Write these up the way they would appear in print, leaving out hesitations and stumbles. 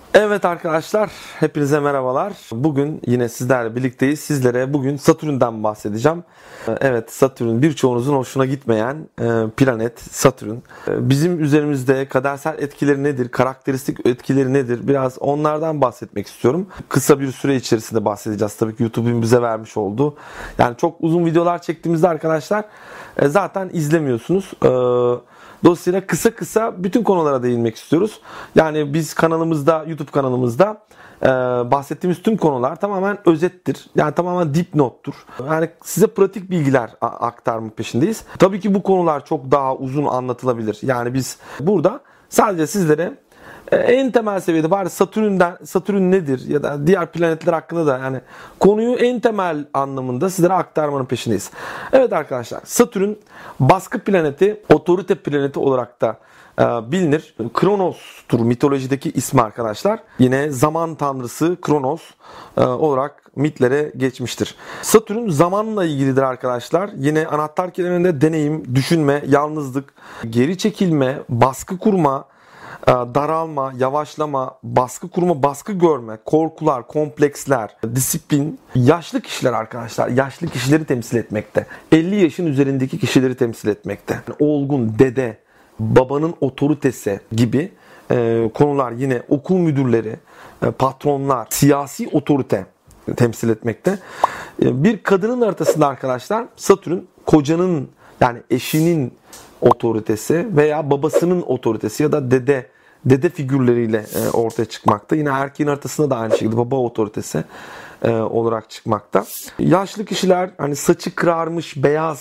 Evet arkadaşlar, hepinize merhabalar. Bugün yine sizlerle birlikteyiz. Sizlere bugün Satürn'den bahsedeceğim. Evet, Satürn birçoğunuzun hoşuna gitmeyen planet Satürn. Bizim üzerimizde kadersel etkileri nedir, karakteristik etkileri nedir? Biraz onlardan bahsetmek istiyorum. Kısa bir süre içerisinde bahsedeceğiz. Tabii ki YouTube'un bize vermiş olduğu. Yani çok uzun videolar çektiğimizde arkadaşlar zaten izlemiyorsunuz. Dolayısıyla kısa kısa bütün konulara değinmek istiyoruz. Yani biz kanalımızda, YouTube kanalımızda bahsettiğimiz tüm konular tamamen özettir. Yani tamamen dipnottur. Yani size pratik bilgiler aktarmak peşindeyiz. Tabii ki bu konular çok daha uzun anlatılabilir. Yani biz burada sadece sizlere en temel seviyede bari Satürn nedir ya da diğer planetler hakkında da yani konuyu en temel anlamında sizlere aktarmanın peşindeyiz. Evet arkadaşlar, Satürn baskı planeti, otorite planeti olarak da bilinir. Kronos'tur mitolojideki ismi arkadaşlar. Yine zaman tanrısı Kronos olarak mitlere geçmiştir. Satürn zamanla ilgilidir arkadaşlar. Yine anahtar kelimelerinde deneyim, düşünme, yalnızlık, geri çekilme, baskı kurma, daralma, yavaşlama, baskı kurma, baskı görme, korkular, kompleksler, disiplin, yaşlı kişiler arkadaşlar, yaşlı kişileri temsil etmekte. 50 yaşın üzerindeki kişileri temsil etmekte. Olgun, dede, babanın otoritesi gibi konular, yine okul müdürleri, patronlar, siyasi otorite temsil etmekte. Bir kadının haritasında arkadaşlar Satürn kocanın, yani eşinin otoritesi veya babasının otoritesi ya da dede figürleriyle ortaya çıkmakta. Yine erkeğin haritasında da aynı şekilde baba otoritesi olarak çıkmakta. Yaşlı kişiler, hani saçı kırarmış,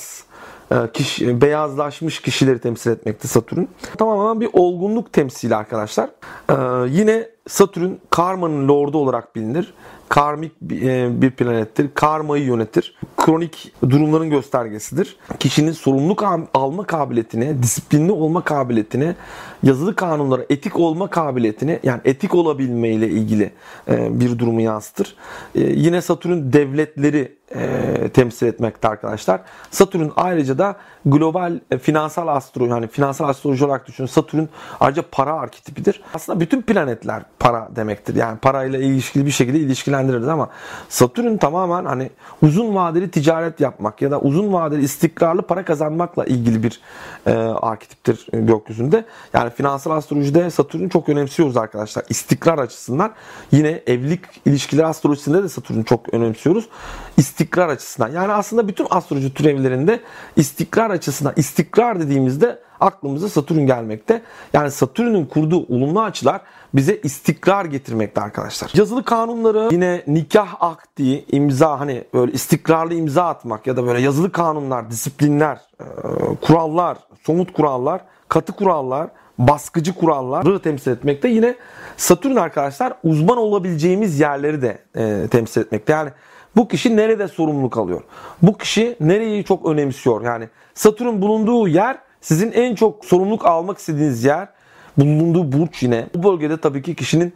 beyazlaşmış kişileri temsil etmekte Satürn. Tamamen bir olgunluk temsili arkadaşlar. Yine Satürn karmanın lordu olarak bilinir. Karmik bir planettir. Karmayı yönetir. Kronik durumların göstergesidir. Kişinin sorumluluk alma kabiliyetine, disiplinli olma kabiliyetine, yazılı kanunlara etik olma kabiliyetine, yani etik olabilme ile ilgili bir durumu yansıtır. Yine Satürn devletleri temsil etmekte arkadaşlar. Satürn ayrıca da global finansal astroloji olarak düşünün. Satürn ayrıca para arketipidir. Aslında bütün planetler para demektir. Yani parayla ilişkili bir şekilde ilişkilendiririz ama Satürn tamamen hani uzun vadeli ticaret yapmak ya da uzun vadeli istikrarlı para kazanmakla ilgili bir arketiptir gökyüzünde. Yani finansal astrolojide Satürn'ü çok önemsiyoruz arkadaşlar. İstikrar açısından. Yine evlilik ilişkileri astrolojisinde de Satürn'ü çok önemsiyoruz. İstikrar açısından. Yani aslında bütün astroloji türevlerinde istikrar açısından, istikrar dediğimizde aklımıza Satürn gelmekte. Yani Satürn'ün kurduğu olumlu açılar bize istikrar getirmekte arkadaşlar. Yazılı kanunları, yine nikah akdi, imza, hani böyle istikrarlı imza atmak ya da böyle yazılı kanunlar, disiplinler, kurallar, somut kurallar, katı kurallar, baskıcı kuralları temsil etmekte. Yine Satürn arkadaşlar uzman olabileceğimiz yerleri de temsil etmekte. Yani bu kişi nerede sorumluluk alıyor? Bu kişi nereyi çok önemsiyor? Yani Satürn bulunduğu yer sizin en çok sorumluluk almak istediğiniz yer. Bulunduğu burç yine. Bu bölgede tabii ki kişinin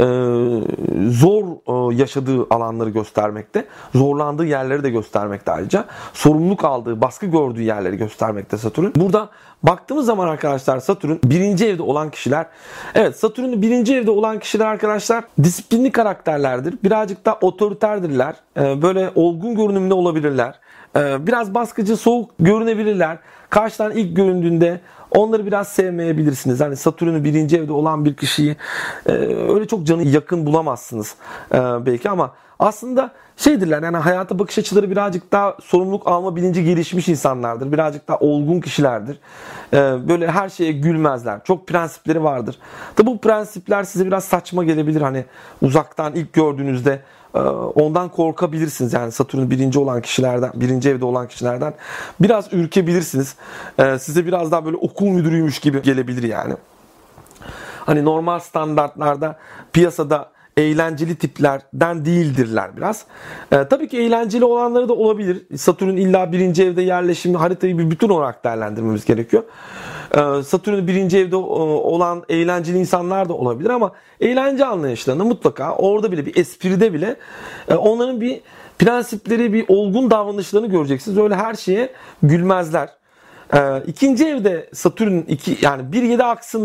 zor yaşadığı alanları göstermekte. Zorlandığı yerleri de göstermekte ayrıca. Sorumluluk aldığı, baskı gördüğü yerleri göstermekte Satürn. Burada baktığımız zaman arkadaşlar Satürn birinci evde olan kişiler. Evet, Satürn'ün birinci evde olan kişiler arkadaşlar disiplinli karakterlerdir. Birazcık da otoriterdirler. Böyle olgun görünümlü olabilirler. Biraz baskıcı, soğuk görünebilirler. Karşıdan ilk göründüğünde onları biraz sevmeyebilirsiniz. Hani Satürn'ün birinci evde olan bir kişiyi öyle çok canı yakın bulamazsınız belki ama aslında şeydirler, yani hayata bakış açıları birazcık daha sorumluluk alma bilinci gelişmiş insanlardır. Birazcık daha olgun kişilerdir. Böyle her şeye gülmezler. Çok prensipleri vardır. Tabi bu prensipler size biraz saçma gelebilir. Hani uzaktan ilk gördüğünüzde ondan korkabilirsiniz. Yani Satürn birinci evde olan kişilerden biraz ürkebilirsiniz. Size biraz daha böyle okul müdürüymüş gibi gelebilir yani. Hani normal standartlarda piyasada eğlenceli tiplerden değildirler biraz. Tabii ki eğlenceli olanları da olabilir. Satürn illa birinci evde yerleşimi, haritayı bir bütün olarak değerlendirmemiz gerekiyor. Satürn birinci evde olan eğlenceli insanlar da olabilir ama eğlence anlayışlarında mutlaka orada bile bir espride bile onların bir prensipleri, bir olgun davranışlarını göreceksiniz. Öyle her şeye gülmezler. İkinci evde Satürn yani 1-7 aksında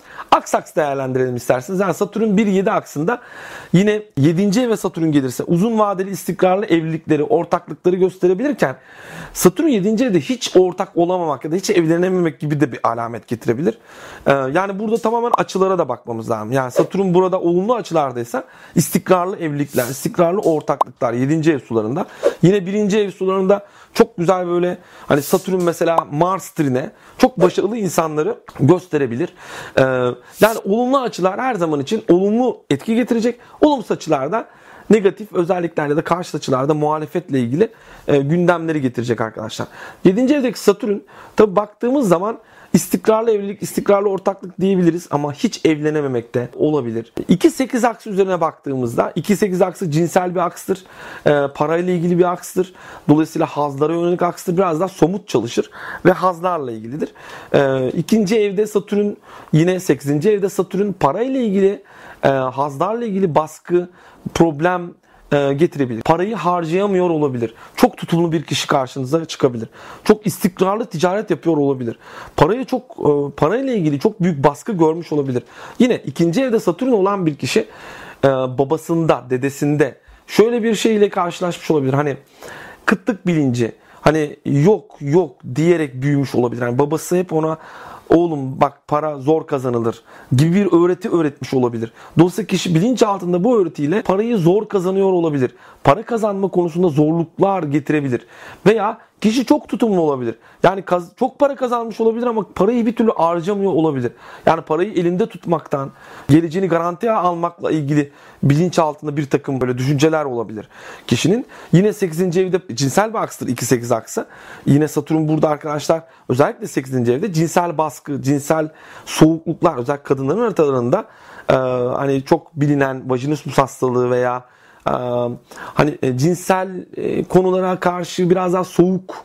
Aks değerlendirelim isterseniz. Yani Satürn 1-7 aksında yine 7. eve Satürn gelirse uzun vadeli istikrarlı evlilikleri, ortaklıkları gösterebilirken Satürn 7. evde hiç ortak olamamak ya da hiç evlenememek gibi de bir alamet getirebilir. Yani burada tamamen açılara da bakmamız lazım. Yani Satürn burada olumlu açılardaysa istikrarlı evlilikler, istikrarlı ortaklıklar 7. ev sularında. Yine 1. ev sularında çok güzel böyle hani Satürn mesela Mars trine çok başarılı insanları gösterebilir. Yani olumlu açılar her zaman için olumlu etki getirecek. Olumsuz açılarda negatif özellikler ya da karşı açılarda muhalefetle ilgili gündemleri getirecek arkadaşlar. 7. evdeki Satürn tabi baktığımız zaman istikrarlı evlilik, istikrarlı ortaklık diyebiliriz ama hiç evlenememek de olabilir. 2-8 aksı üzerine baktığımızda 2-8 aksı cinsel bir akstır. Parayla ilgili bir akstır. Dolayısıyla hazlara yönelik akstır. Biraz daha somut çalışır ve hazlarla ilgilidir. 2. evde Satürn yine 8. evde Satürn parayla ilgili hazlarla ilgili baskı, problem getirebilir. Parayı harcayamıyor olabilir. Çok tutumlu bir kişi karşınıza çıkabilir. Çok istikrarlı ticaret yapıyor olabilir. Parayla ilgili çok büyük baskı görmüş olabilir. Yine 2. evde Satürn olan bir kişi babasında, dedesinde şöyle bir şeyle karşılaşmış olabilir. Hani kıtlık bilinci, hani yok diyerek büyümüş olabilir. Yani babası hep ona oğlum bak para zor kazanılır gibi bir öğreti öğretmiş olabilir. Dolayısıyla kişi bilinçaltında bu öğretiyle parayı zor kazanıyor olabilir. Para kazanma konusunda zorluklar getirebilir. Veya kişi çok tutumlu olabilir. Yani çok para kazanmış olabilir ama parayı bir türlü harcamıyor olabilir. Yani parayı elinde tutmaktan, geleceğini garantiye almakla ilgili bilinçaltında bir takım böyle düşünceler olabilir kişinin. Yine 8. evde cinsel bir akstır 2-8 aksı. Yine Satürn burada arkadaşlar özellikle 8. evde cinsel baskı, cinsel soğukluklar özellikle kadınların haritalarında hani çok bilinen vajinismus hastalığı veya hani cinsel konulara karşı biraz daha soğuk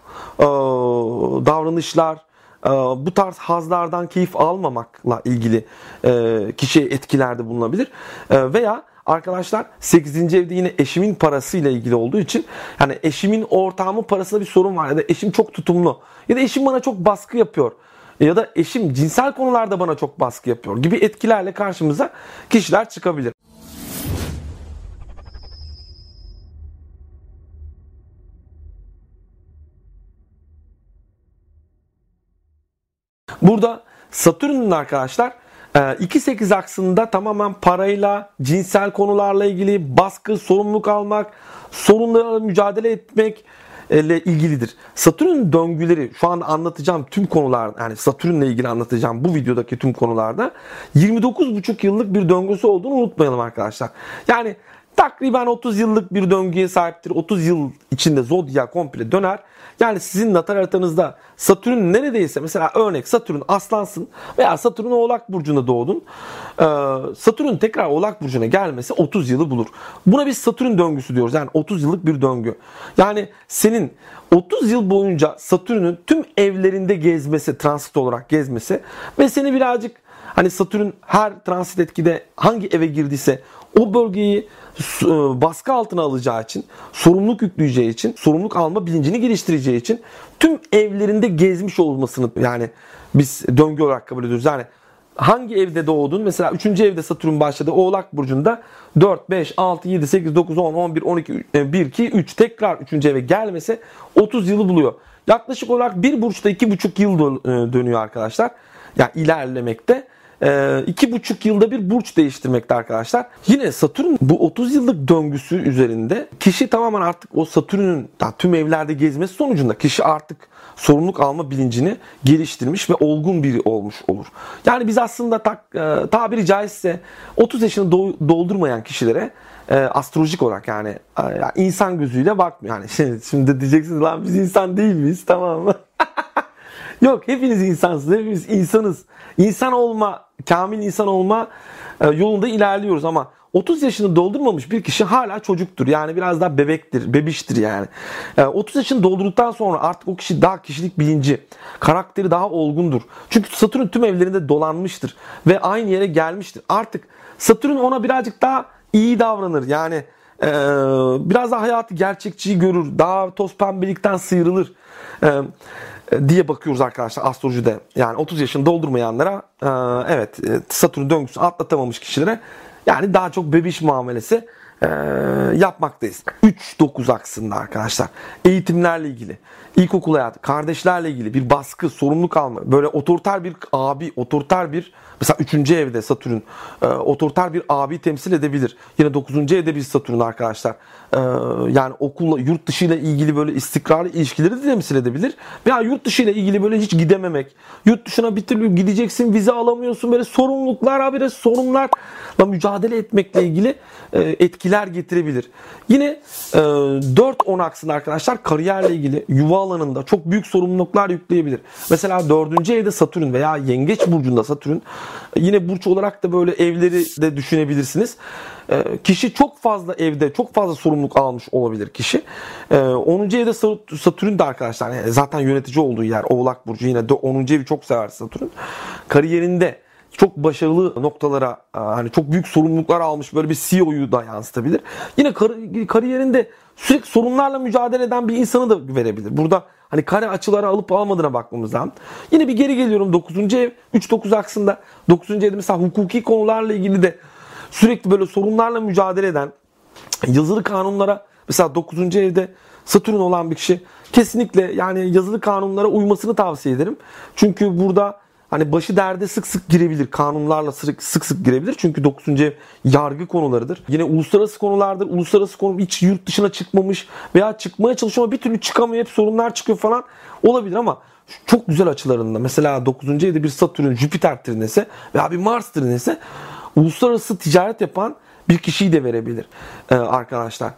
davranışlar, bu tarz hazlardan keyif almamakla ilgili kişiye etkilerde bulunabilir. Veya arkadaşlar 8. evde yine eşimin parasıyla ilgili olduğu için yani eşimin ortağımın parasında bir sorun var ya da eşim çok tutumlu ya da eşim bana çok baskı yapıyor ya da eşim cinsel konularda bana çok baskı yapıyor gibi etkilerle karşımıza kişiler çıkabilir. Burada Satürn'ün arkadaşlar 2-8 aksında tamamen parayla, cinsel konularla ilgili baskı, sorumluluk almak, sorunlarla mücadele etmek ile ilgilidir. Satürn'ün döngüleri şu anda anlatacağım tüm konular yani Satürn'le ilgili anlatacağım bu videodaki tüm konularda 29,5 yıllık bir döngüsü olduğunu unutmayalım arkadaşlar. Yani takriben 30 yıllık bir döngüye sahiptir. 30 yıl içinde zodya komple döner. Yani sizin natal haritanızda Satürn neredeyse mesela örnek Satürn Aslansın veya Satürn Oğlak Burcu'nda doğdun. Satürn tekrar Oğlak Burcu'na gelmesi 30 yılı bulur. Buna biz Satürn döngüsü diyoruz. Yani 30 yıllık bir döngü. Yani senin 30 yıl boyunca Satürn'ün tüm evlerinde gezmesi, transit olarak gezmesi ve seni birazcık hani Satürn her transit etkide hangi eve girdiyse o bölgeyi baskı altına alacağı için, sorumluluk yükleyeceği için, sorumluluk alma bilincini geliştireceği için tüm evlerinde gezmiş olmasını yani biz döngü olarak kabul ediyoruz. Yani hangi evde doğdun? Mesela 3. evde Satürn başladı. Oğlak Burcu'nda 4, 5, 6, 7, 8, 9, 10, 11, 12, 1, 2, 3 tekrar 3. eve gelmesi 30 yılı buluyor. Yaklaşık olarak bir burçta 2,5 yıl dönüyor arkadaşlar. Yani ilerlemekte. 2,5 yılda bir burç değiştirmekte arkadaşlar. Yine Satürn bu 30 yıllık döngüsü üzerinde kişi tamamen artık o Satürn'ün tüm evlerde gezmesi sonucunda kişi artık sorumluluk alma bilincini geliştirmiş ve olgun biri olmuş olur. Yani biz aslında tabiri caizse 30 yaşını doldurmayan kişilere astrolojik olarak yani insan gözüyle bakmıyor. Yani şimdi diyeceksiniz lan biz insan değil miyiz? Tamam mı? Yok hepiniz insansınız. Hepimiz insanız. İnsan olma, kamil insan olma yolunda ilerliyoruz ama 30 yaşını doldurmamış bir kişi hala çocuktur. Yani biraz daha bebektir, bebiştir yani. 30 yaşını doldurduktan sonra artık o kişi daha kişilik bilinci, karakteri daha olgundur. Çünkü Satürn tüm evlerinde dolanmıştır ve aynı yere gelmiştir. Artık Satürn ona birazcık daha iyi davranır. Yani biraz daha hayatı gerçekçiyi görür. Daha toz pembelikten sıyrılır. diye bakıyoruz arkadaşlar astrolojide. Yani 30 yaşını doldurmayanlara evet Satürn döngüsünü atlatamamış kişilere yani daha çok bebiş muamelesi yapmaktayız. 3-9 aksında arkadaşlar. Eğitimlerle ilgili, ilkokul hayatı, kardeşlerle ilgili bir baskı, sorumluluk alma, böyle otoriter bir abi, otoriter bir mesela 3. evde Satürn otoriter bir abi temsil edebilir. Yine 9. evde bir Satürn arkadaşlar. Yani okulla, yurt dışı ile ilgili böyle istikrarlı ilişkileri de temsil edebilir. Veya yurt dışı ile ilgili böyle hiç gidememek. Yurt dışına bir türlü gideceksin, vize alamıyorsun. Böyle sorumluluklar, habire sorunlarla mücadele etmekle ilgili etkiler getirebilir. Yine 4-10 aksında arkadaşlar kariyerle ilgili yuva alanında çok büyük sorumluluklar yükleyebilir. Mesela 4. evde Satürn veya Yengeç burcunda Satürn, yine burç olarak da böyle evleri de düşünebilirsiniz. Kişi çok fazla evde, çok fazla sorumluluk almış olabilir kişi. 10. evde Satürn de arkadaşlar yani zaten yönetici olduğu yer Oğlak burcu, yine de 10. evi çok sever Satürn. Kariyerinde çok başarılı noktalara, hani çok büyük sorumluluklar almış böyle bir CEO'yu da yansıtabilir. Yine kariyerinde sürekli sorunlarla mücadele eden bir insanı da verebilir. Burada hani kare açıları alıp almadığına bakmamız lazım. Yine bir geri geliyorum 9. ev 3-9 aksında. 9. evde mesela hukuki konularla ilgili de sürekli böyle sorunlarla mücadele eden, yazılı kanunlara mesela 9. evde Satürn olan bir kişi kesinlikle yani yazılı kanunlara uymasını tavsiye ederim. Çünkü burada hani başı derde sık sık girebilir. Kanunlarla sık sık girebilir. Çünkü 9. ev yargı konularıdır. Yine uluslararası konulardır. Uluslararası konu hiç yurt dışına çıkmamış veya çıkmaya çalışıyor ama bir türlü çıkamıyor. Hep sorunlar çıkıyor falan olabilir ama çok güzel açılarında. Mesela 9. evde bir Satürn, Jüpiter trinesi veya bir Mars trinesi uluslararası ticaret yapan bir kişiyi de verebilir arkadaşlar.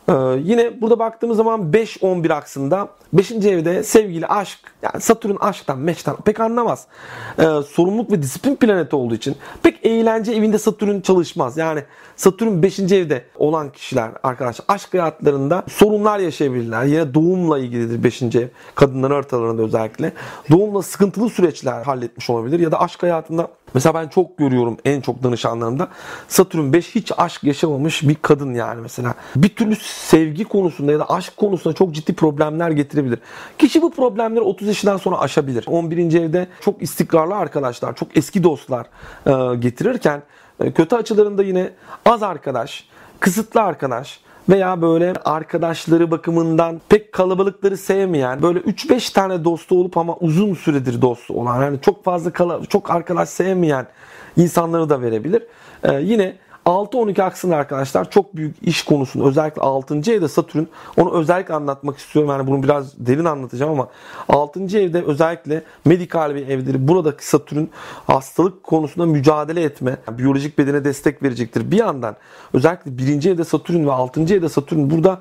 Yine burada baktığımız zaman 5-11 aksında 5. evde sevgili, aşk, yani Satürn aşktan, meşkten pek anlamaz. Sorumluluk ve disiplin planeti olduğu için pek eğlence evinde Satürn çalışmaz. Yani Satürn 5. evde olan kişiler arkadaşlar aşk hayatlarında sorunlar yaşayabilirler. Yine doğumla ilgilidir 5. ev. Kadınların haritalarında özellikle. Doğumla sıkıntılı süreçler halletmiş olabilir ya da aşk hayatında mesela ben çok görüyorum en çok danışanlarımda Satürn 5 hiç aşk yaşamamış bir kadın yani mesela. Bir türlü sevgi konusunda ya da aşk konusunda çok ciddi problemler getirebilir. Kişi bu problemleri 30 yaşından sonra aşabilir. 11. evde çok istikrarlı arkadaşlar, çok eski dostlar getirirken kötü açılarında yine az arkadaş, kısıtlı arkadaş veya böyle arkadaşları bakımından pek kalabalıkları sevmeyen, böyle 3-5 tane dostu olup ama uzun süredir dostu olan, yani çok fazla çok arkadaş sevmeyen insanları da verebilir. Yine 6-12 aksında arkadaşlar çok büyük iş konusunda özellikle 6. evde Satürn, onu özellikle anlatmak istiyorum. Yani bunu biraz derin anlatacağım ama 6. evde özellikle medikal bir evdir. Buradaki Satürn hastalık konusunda mücadele etme, biyolojik bedene destek verecektir. Bir yandan özellikle 1. evde Satürn ve 6. evde Satürn burada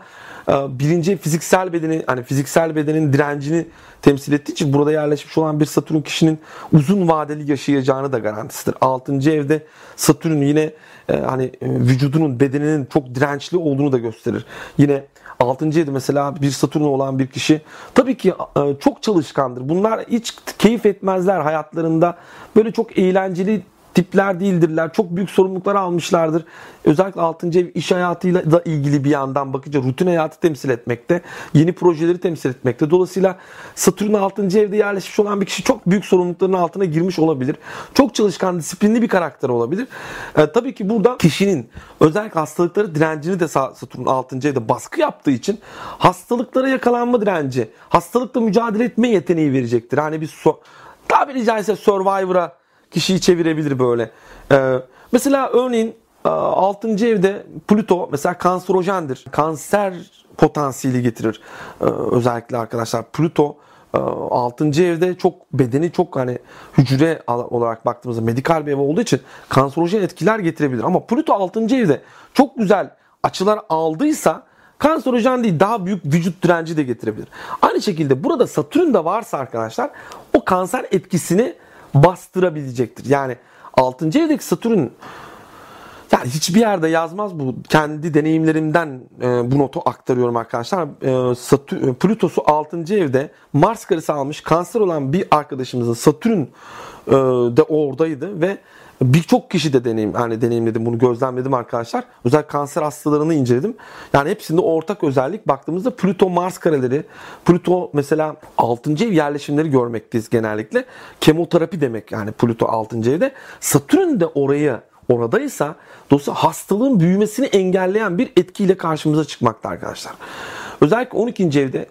1. fiziksel bedeni, hani fiziksel bedenin direncini temsil ettiği için burada yerleşmiş olan bir Satürn kişinin uzun vadeli yaşayacağını da garantisidir. 6. evde Satürn yine hani vücudunun, bedeninin çok dirençli olduğunu da gösterir. Yine 6. evde mesela bir Satürn olan bir kişi tabii ki çok çalışkandır. Bunlar hiç keyif etmezler hayatlarında. Böyle çok eğlenceli tipler değildirler. Çok büyük sorumluluklar almışlardır. Özellikle 6. ev iş hayatıyla da ilgili bir yandan bakınca rutin hayatı temsil etmekte. Yeni projeleri temsil etmekte. Dolayısıyla Satürn 6. evde yerleşmiş olan bir kişi çok büyük sorumlulukların altına girmiş olabilir. Çok çalışkan, disiplinli bir karakter olabilir. Tabii ki burada kişinin özellikle hastalıklara direncini de Satürn 6. evde baskı yaptığı için hastalıklara yakalanma direnci, hastalıkla mücadele etme yeteneği verecektir. Hani bir tabiri caizse Survivor'a kişiyi çevirebilir böyle. Mesela örneğin 6. evde Plüto mesela kanserojendir. Kanser potansiyeli getirir. Özellikle arkadaşlar Plüto 6. evde çok bedeni çok hani hücre olarak baktığımızda medikal bir ev olduğu için kanserojen etkiler getirebilir. Ama Plüto 6. evde çok güzel açılar aldıysa kanserojen değil, daha büyük vücut direnci de getirebilir. Aynı şekilde burada Satürn de varsa arkadaşlar o kanser etkisini bastırabilecektir. Yani 6. evdeki Satürn yani hiçbir yerde yazmaz bu. Kendi deneyimlerimden bu notu aktarıyorum arkadaşlar. Plüto'su 6. evde Mars karesi almış kanser olan bir arkadaşımızın Satürn de oradaydı ve birçok kişi de deneyimledim, bunu gözlemledim arkadaşlar. Özel kanser hastalarını inceledim. Yani hepsinde ortak özellik baktığımızda Plüto Mars kareleri. Plüto mesela 6. ev yerleşimleri görmekteyiz genellikle. Kemoterapi demek yani Plüto 6. evde. Satürn de oradaysa dolayısıyla hastalığın büyümesini engelleyen bir etkiyle karşımıza çıkmakta arkadaşlar. Özellikle 12. evde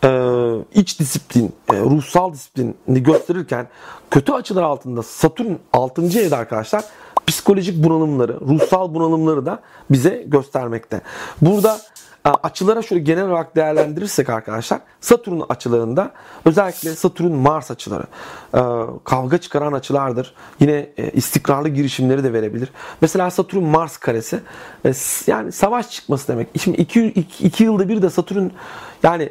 iç disiplin, ruhsal disiplini gösterirken kötü açılar altında Satürn 6. evde arkadaşlar psikolojik bunalımları, ruhsal bunalımları da bize göstermekte. Burada açılara şöyle genel olarak değerlendirirsek arkadaşlar, Satürn açılarında özellikle Satürn-Mars açıları kavga çıkaran açılardır. Yine istikrarlı girişimleri de verebilir. Mesela Satürn-Mars karesi yani savaş çıkması demek. Şimdi 2 yılda bir de Satürn yani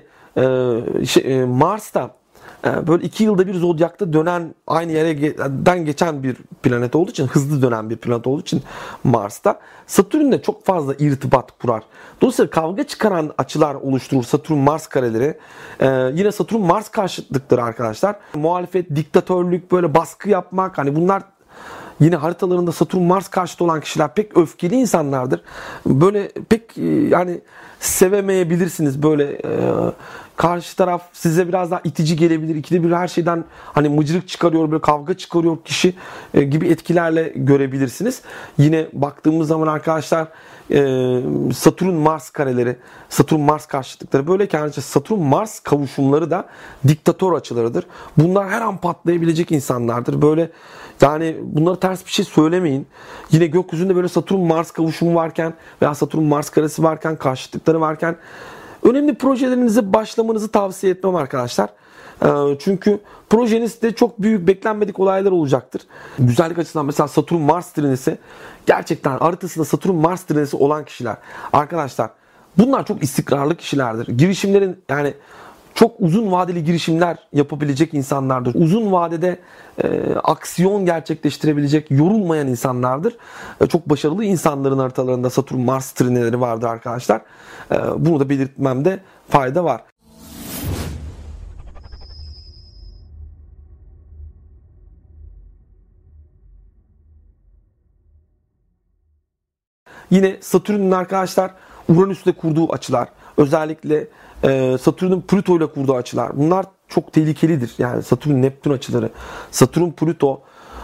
Mars'ta böyle 2 yılda bir zodyakta dönen, aynı yerden geçen bir planet olduğu için, hızlı dönen bir planet olduğu için Mars'ta Satürn'le çok fazla irtibat kurar. Dolayısıyla kavga çıkaran açılar oluşturur Satürn-Mars kareleri. Yine Satürn-Mars karşıtlıkları arkadaşlar. Muhalefet, diktatörlük, böyle baskı yapmak, hani bunlar yine haritalarında Satürn-Mars karşıtı olan kişiler pek öfkeli insanlardır. Böyle pek yani sevemeyebilirsiniz. Böyle karşı taraf size biraz daha itici gelebilir. İkide bir her şeyden hani mıcırık çıkarıyor, böyle kavga çıkarıyor kişi gibi etkilerle görebilirsiniz. Yine baktığımız zaman arkadaşlar Satürn-Mars kareleri, Satürn-Mars karşıtlıkları böyleyken Satürn-Mars kavuşumları da diktatör açılarıdır. Bunlar her an patlayabilecek insanlardır. Böyle yani bunlara ters bir şey söylemeyin. Yine gökyüzünde böyle Satürn-Mars kavuşumu varken veya Satürn-Mars karesi varken, karşıtlıkları varken önemli projelerinize başlamanızı tavsiye etmem arkadaşlar. Çünkü projenizde çok büyük beklenmedik olaylar olacaktır. Güzellik açısından mesela Satürn-Mars trinesi, gerçekten haritasında Satürn-Mars trinesi olan kişiler arkadaşlar, bunlar çok istikrarlı kişilerdir. Girişimlerin yani çok uzun vadeli girişimler yapabilecek insanlardır. Uzun vadede aksiyon gerçekleştirebilecek, yorulmayan insanlardır. Çok başarılı insanların haritalarında Satürn-Mars trineleri vardır arkadaşlar. Bunu da belirtmemde fayda var. Yine Satürn'ün arkadaşlar Uranüs'le kurduğu açılar, özellikle Satürn'ün Plüto ile kurduğu açılar, bunlar çok tehlikelidir. Yani Satürn-Neptün açıları, Satürn-Plüto,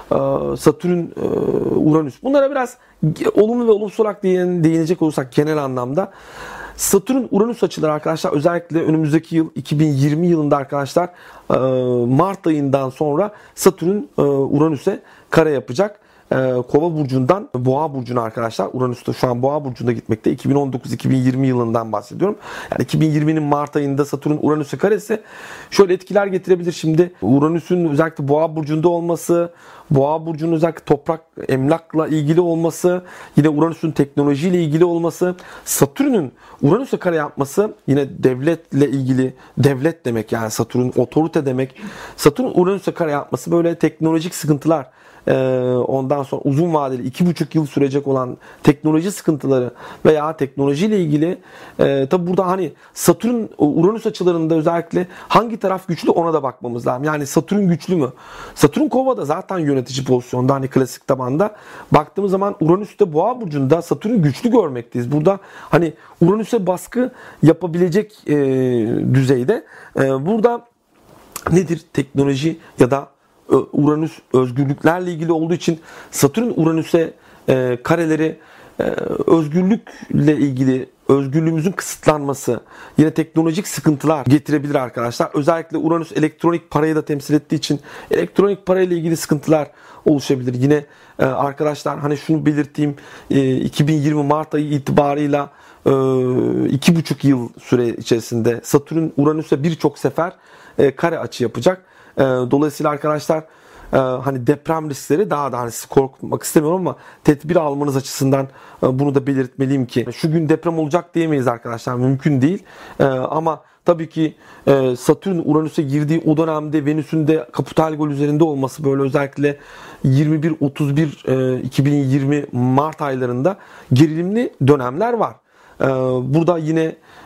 Satürn-Uranüs. Bunlara biraz olumlu ve olumsuz olarak değinecek olursak genel anlamda Satürn-Uranüs açıları arkadaşlar özellikle önümüzdeki yıl 2020 yılında arkadaşlar Mart ayından sonra Satürn Uranüs'e kare yapacak. Kova burcundan Boğa burcuna arkadaşlar. Uranüs'te şu an Boğa burcunda gitmekte. 2019-2020 yılından bahsediyorum. Yani 2020'nin Mart ayında Satürn Uranüs'e karesi şöyle etkiler getirebilir. Şimdi Uranüs'ün özellikle Boğa burcunda olması, Boğa burcunun özellikle toprak, emlakla ilgili olması, yine Uranüs'ün teknolojiyle ilgili olması, Satürn'ün Uranüs'e kare yapması yine devletle ilgili, devlet demek yani Satürn otorite demek. Satürn Uranüs'e kare yapması böyle teknolojik sıkıntılar, ondan sonra uzun vadeli 2,5 yıl sürecek olan teknoloji sıkıntıları veya teknolojiyle ilgili tabi burada hani Satürn Uranüs açılarında özellikle hangi taraf güçlü ona da bakmamız lazım. Yani Satürn güçlü mü? Satürn Kova'da zaten yönetici pozisyonda, hani klasik tabanda. Baktığımız zaman Uranüs'te Boğa burcunda Satürn'ü güçlü görmekteyiz. Burada hani Uranüs'e baskı yapabilecek düzeyde. Burada nedir? Teknoloji ya da Uranüs özgürlüklerle ilgili olduğu için Satürn Uranüs'e kareleri özgürlükle ilgili, özgürlüğümüzün kısıtlanması, yine teknolojik sıkıntılar getirebilir arkadaşlar. Özellikle Uranüs elektronik parayı da temsil ettiği için elektronik parayla ilgili sıkıntılar oluşabilir. Yine arkadaşlar hani şunu belirteyim, 2020 Mart ayı itibarıyla 2,5 yıl süre içerisinde Satürn Uranüs'e birçok sefer kare açı yapacak. Dolayısıyla arkadaşlar hani deprem riskleri daha da hani sizi korkutmak istemiyorum ama tedbir almanız açısından bunu da belirtmeliyim ki şu gün deprem olacak diyemeyiz arkadaşlar, mümkün değil. Ama tabii ki Satürn Uranüs'e girdiği o dönemde Venüs'ün de kapital gol üzerinde olması, böyle özellikle 21-31 2020 Mart aylarında gerilimli dönemler var. Burada yine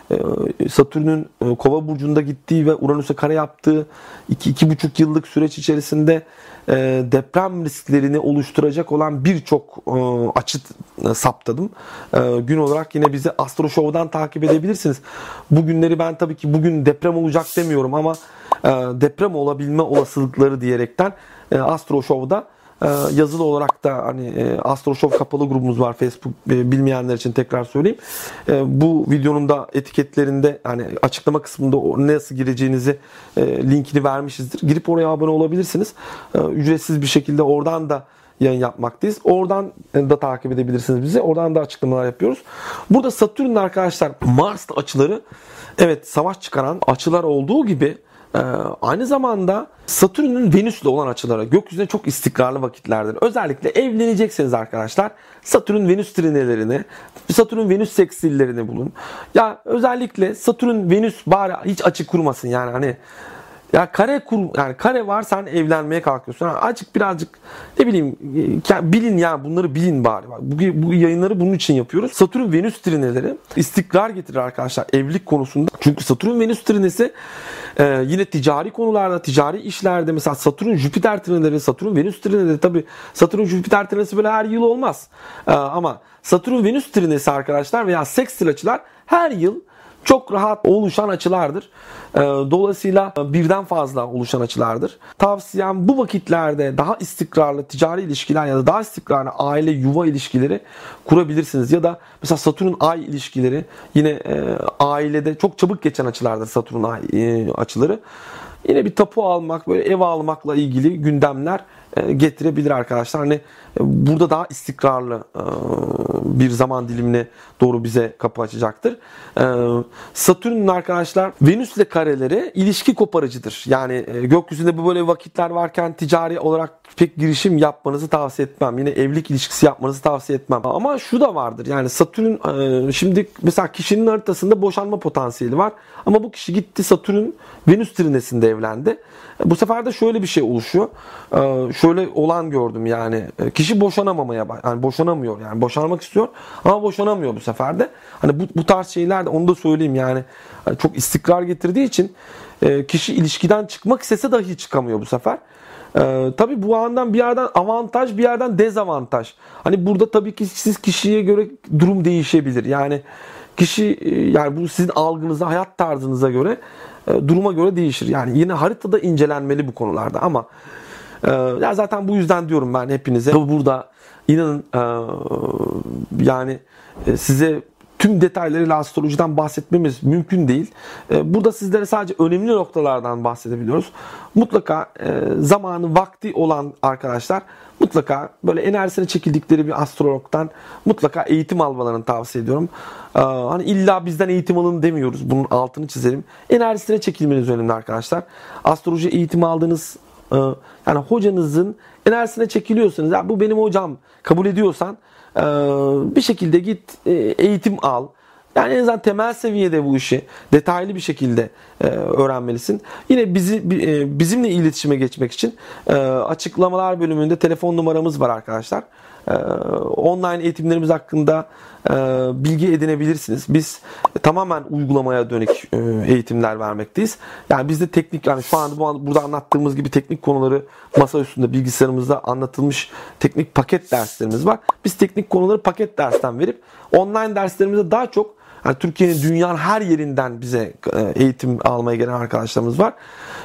Satürn'ün Kova burcunda gittiği ve Uranüs'e kare yaptığı 2-2,5 yıllık süreç içerisinde deprem risklerini oluşturacak olan birçok açı saptadım. Gün olarak yine bizi Astro Show'dan takip edebilirsiniz. Bu günleri ben tabii ki bugün deprem olacak demiyorum ama deprem olabilme olasılıkları diyerekten Astro Show'da yazılı olarak da hani Astro Show kapalı grubumuz var Facebook, bilmeyenler için tekrar söyleyeyim. Bu videonun da etiketlerinde hani açıklama kısmında nasıl gireceğinizi linkini vermişizdir. Girip oraya abone olabilirsiniz. Ücretsiz bir şekilde oradan da yayın yapmaktayız. Oradan da takip edebilirsiniz bizi. Oradan da açıklamalar yapıyoruz. Burada Satürn'ün arkadaşlar Mars'ta açıları, evet, savaş çıkaran açılar olduğu gibi aynı zamanda Satürn'ün Venüs'le olan açıları gökyüzüne çok istikrarlı vakitlerdir. Özellikle evlenecekseniz arkadaşlar Satürn-Venüs trinelerini, Satürn-Venüs seksillerini bulun. Ya özellikle Satürn-Venüs bari hiç açı kurmasın yani hani. Ya kare var, sen evlenmeye kalkıyorsun. Yani birazcık ne bileyim bilin ya, bunları bilin bari. Bu yayınları bunun için yapıyoruz. Satürn Venüs trineleri istikrar getirir arkadaşlar evlilik konusunda. Çünkü Satürn Venüs trinesi yine ticari konularda, ticari işlerde mesela Satürn Jüpiter trineleri, Satürn Venüs trineleri, tabii Satürn Jüpiter trinesi böyle her yıl olmaz. Ama Satürn Venüs trinesi arkadaşlar veya sekstil açılar her yıl çok rahat oluşan açılardır. Dolayısıyla birden fazla oluşan açılardır. Tavsiyem bu vakitlerde daha istikrarlı ticari ilişkiler ya da daha istikrarlı aile yuva ilişkileri kurabilirsiniz. Ya da mesela Satürn Ay ilişkileri yine ailede çok çabuk geçen açılardır Satürn Ay açıları. Yine bir tapu almak, böyle ev almakla ilgili gündemler getirebilir arkadaşlar. Hani burada daha istikrarlı bir zaman dilimine doğru bize kapı açacaktır. Satürn'ün arkadaşlar Venüs'le kareleri ilişki koparıcıdır. Yani gökyüzünde bu böyle vakitler varken ticari olarak pek girişim yapmanızı tavsiye etmem. Yine evlilik ilişkisi yapmanızı tavsiye etmem. Ama şu da vardır. Yani Satürn şimdi mesela kişinin haritasında boşanma potansiyeli var. Ama bu kişi gitti Satürn Venüs trinesinde evlendi. Bu sefer de şöyle bir şey oluşuyor. Şöyle olan gördüm yani. Kişi boşanamıyor yani boşanmak istiyor ama boşanamıyor bu sefer de. Hani bu tarz şeyler de, onu da söyleyeyim yani, çok istikrar getirdiği için kişi ilişkiden çıkmak istese dahi çıkamıyor bu sefer. Tabii bu andan bir yerden avantaj, bir yerden dezavantaj. Hani burada tabii ki siz kişiye göre durum değişebilir. Yani kişi, yani bu sizin algınıza, hayat tarzınıza göre, duruma göre değişir. Yani yine haritada incelenmeli bu konularda ama ya zaten bu yüzden diyorum ben hepinize. Burada inanın yani size tüm detaylarıyla astrolojiden bahsetmemiz mümkün değil. Burada sizlere sadece önemli noktalardan bahsedebiliyoruz. Mutlaka zamanı, vakti olan arkadaşlar mutlaka böyle enerjisine çekildikleri bir astrologdan mutlaka eğitim almalarını tavsiye ediyorum. Hani illa bizden eğitim alın demiyoruz. Bunun altını çizelim. Enerjisine çekilmeniz önemli arkadaşlar. Astroloji eğitimi aldığınız yani hocanızın enerjisine çekiliyorsanız, ya bu benim hocam kabul ediyorsan bir şekilde git eğitim al. Yani en azından temel seviyede bu işi detaylı bir şekilde öğrenmelisin. Yine bizimle iletişime geçmek için açıklamalar bölümünde telefon numaramız var arkadaşlar. Online eğitimlerimiz hakkında bilgi edinebilirsiniz. Biz tamamen uygulamaya dönük eğitimler vermekteyiz. Yani bizde teknik, yani şu anda burada anlattığımız gibi teknik konuları masa üstünde bilgisayarımızda anlatılmış teknik paket derslerimiz var. Biz teknik konuları paket dersten verip online derslerimizde daha çok yani Türkiye'nin, dünyanın her yerinden bize eğitim almaya gelen arkadaşlarımız var.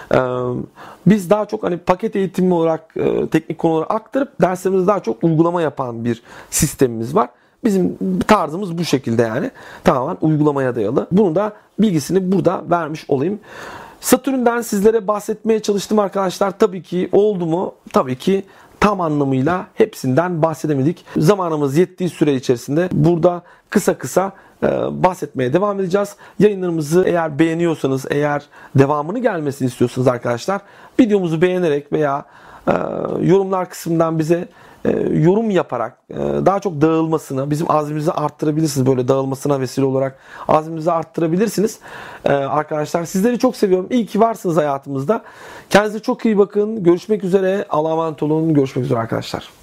Biz daha çok hani paket eğitimi olarak teknik konuları aktarıp derslerimizde daha çok uygulama yapan bir sistemimiz var. Bizim tarzımız bu şekilde yani. Tamamen uygulamaya dayalı. Bunu da bilgisini burada vermiş olayım. Satürn'den sizlere bahsetmeye çalıştım arkadaşlar. Tabii ki oldu mu? Tabii ki tam anlamıyla hepsinden bahsedemedik. Zamanımız yettiği süre içerisinde burada kısa kısa bahsetmeye devam edeceğiz. Yayınlarımızı eğer beğeniyorsanız, eğer devamını gelmesini istiyorsanız arkadaşlar, videomuzu beğenerek veya yorumlar kısmından bize yorum yaparak daha çok dağılmasını, bizim azmimizi arttırabilirsiniz. Böyle dağılmasına vesile olarak azmimizi arttırabilirsiniz. Arkadaşlar sizleri çok seviyorum. İyi ki varsınız hayatımızda. Kendinize çok iyi bakın. Görüşmek üzere. Allah'a emanet olun. Görüşmek üzere arkadaşlar.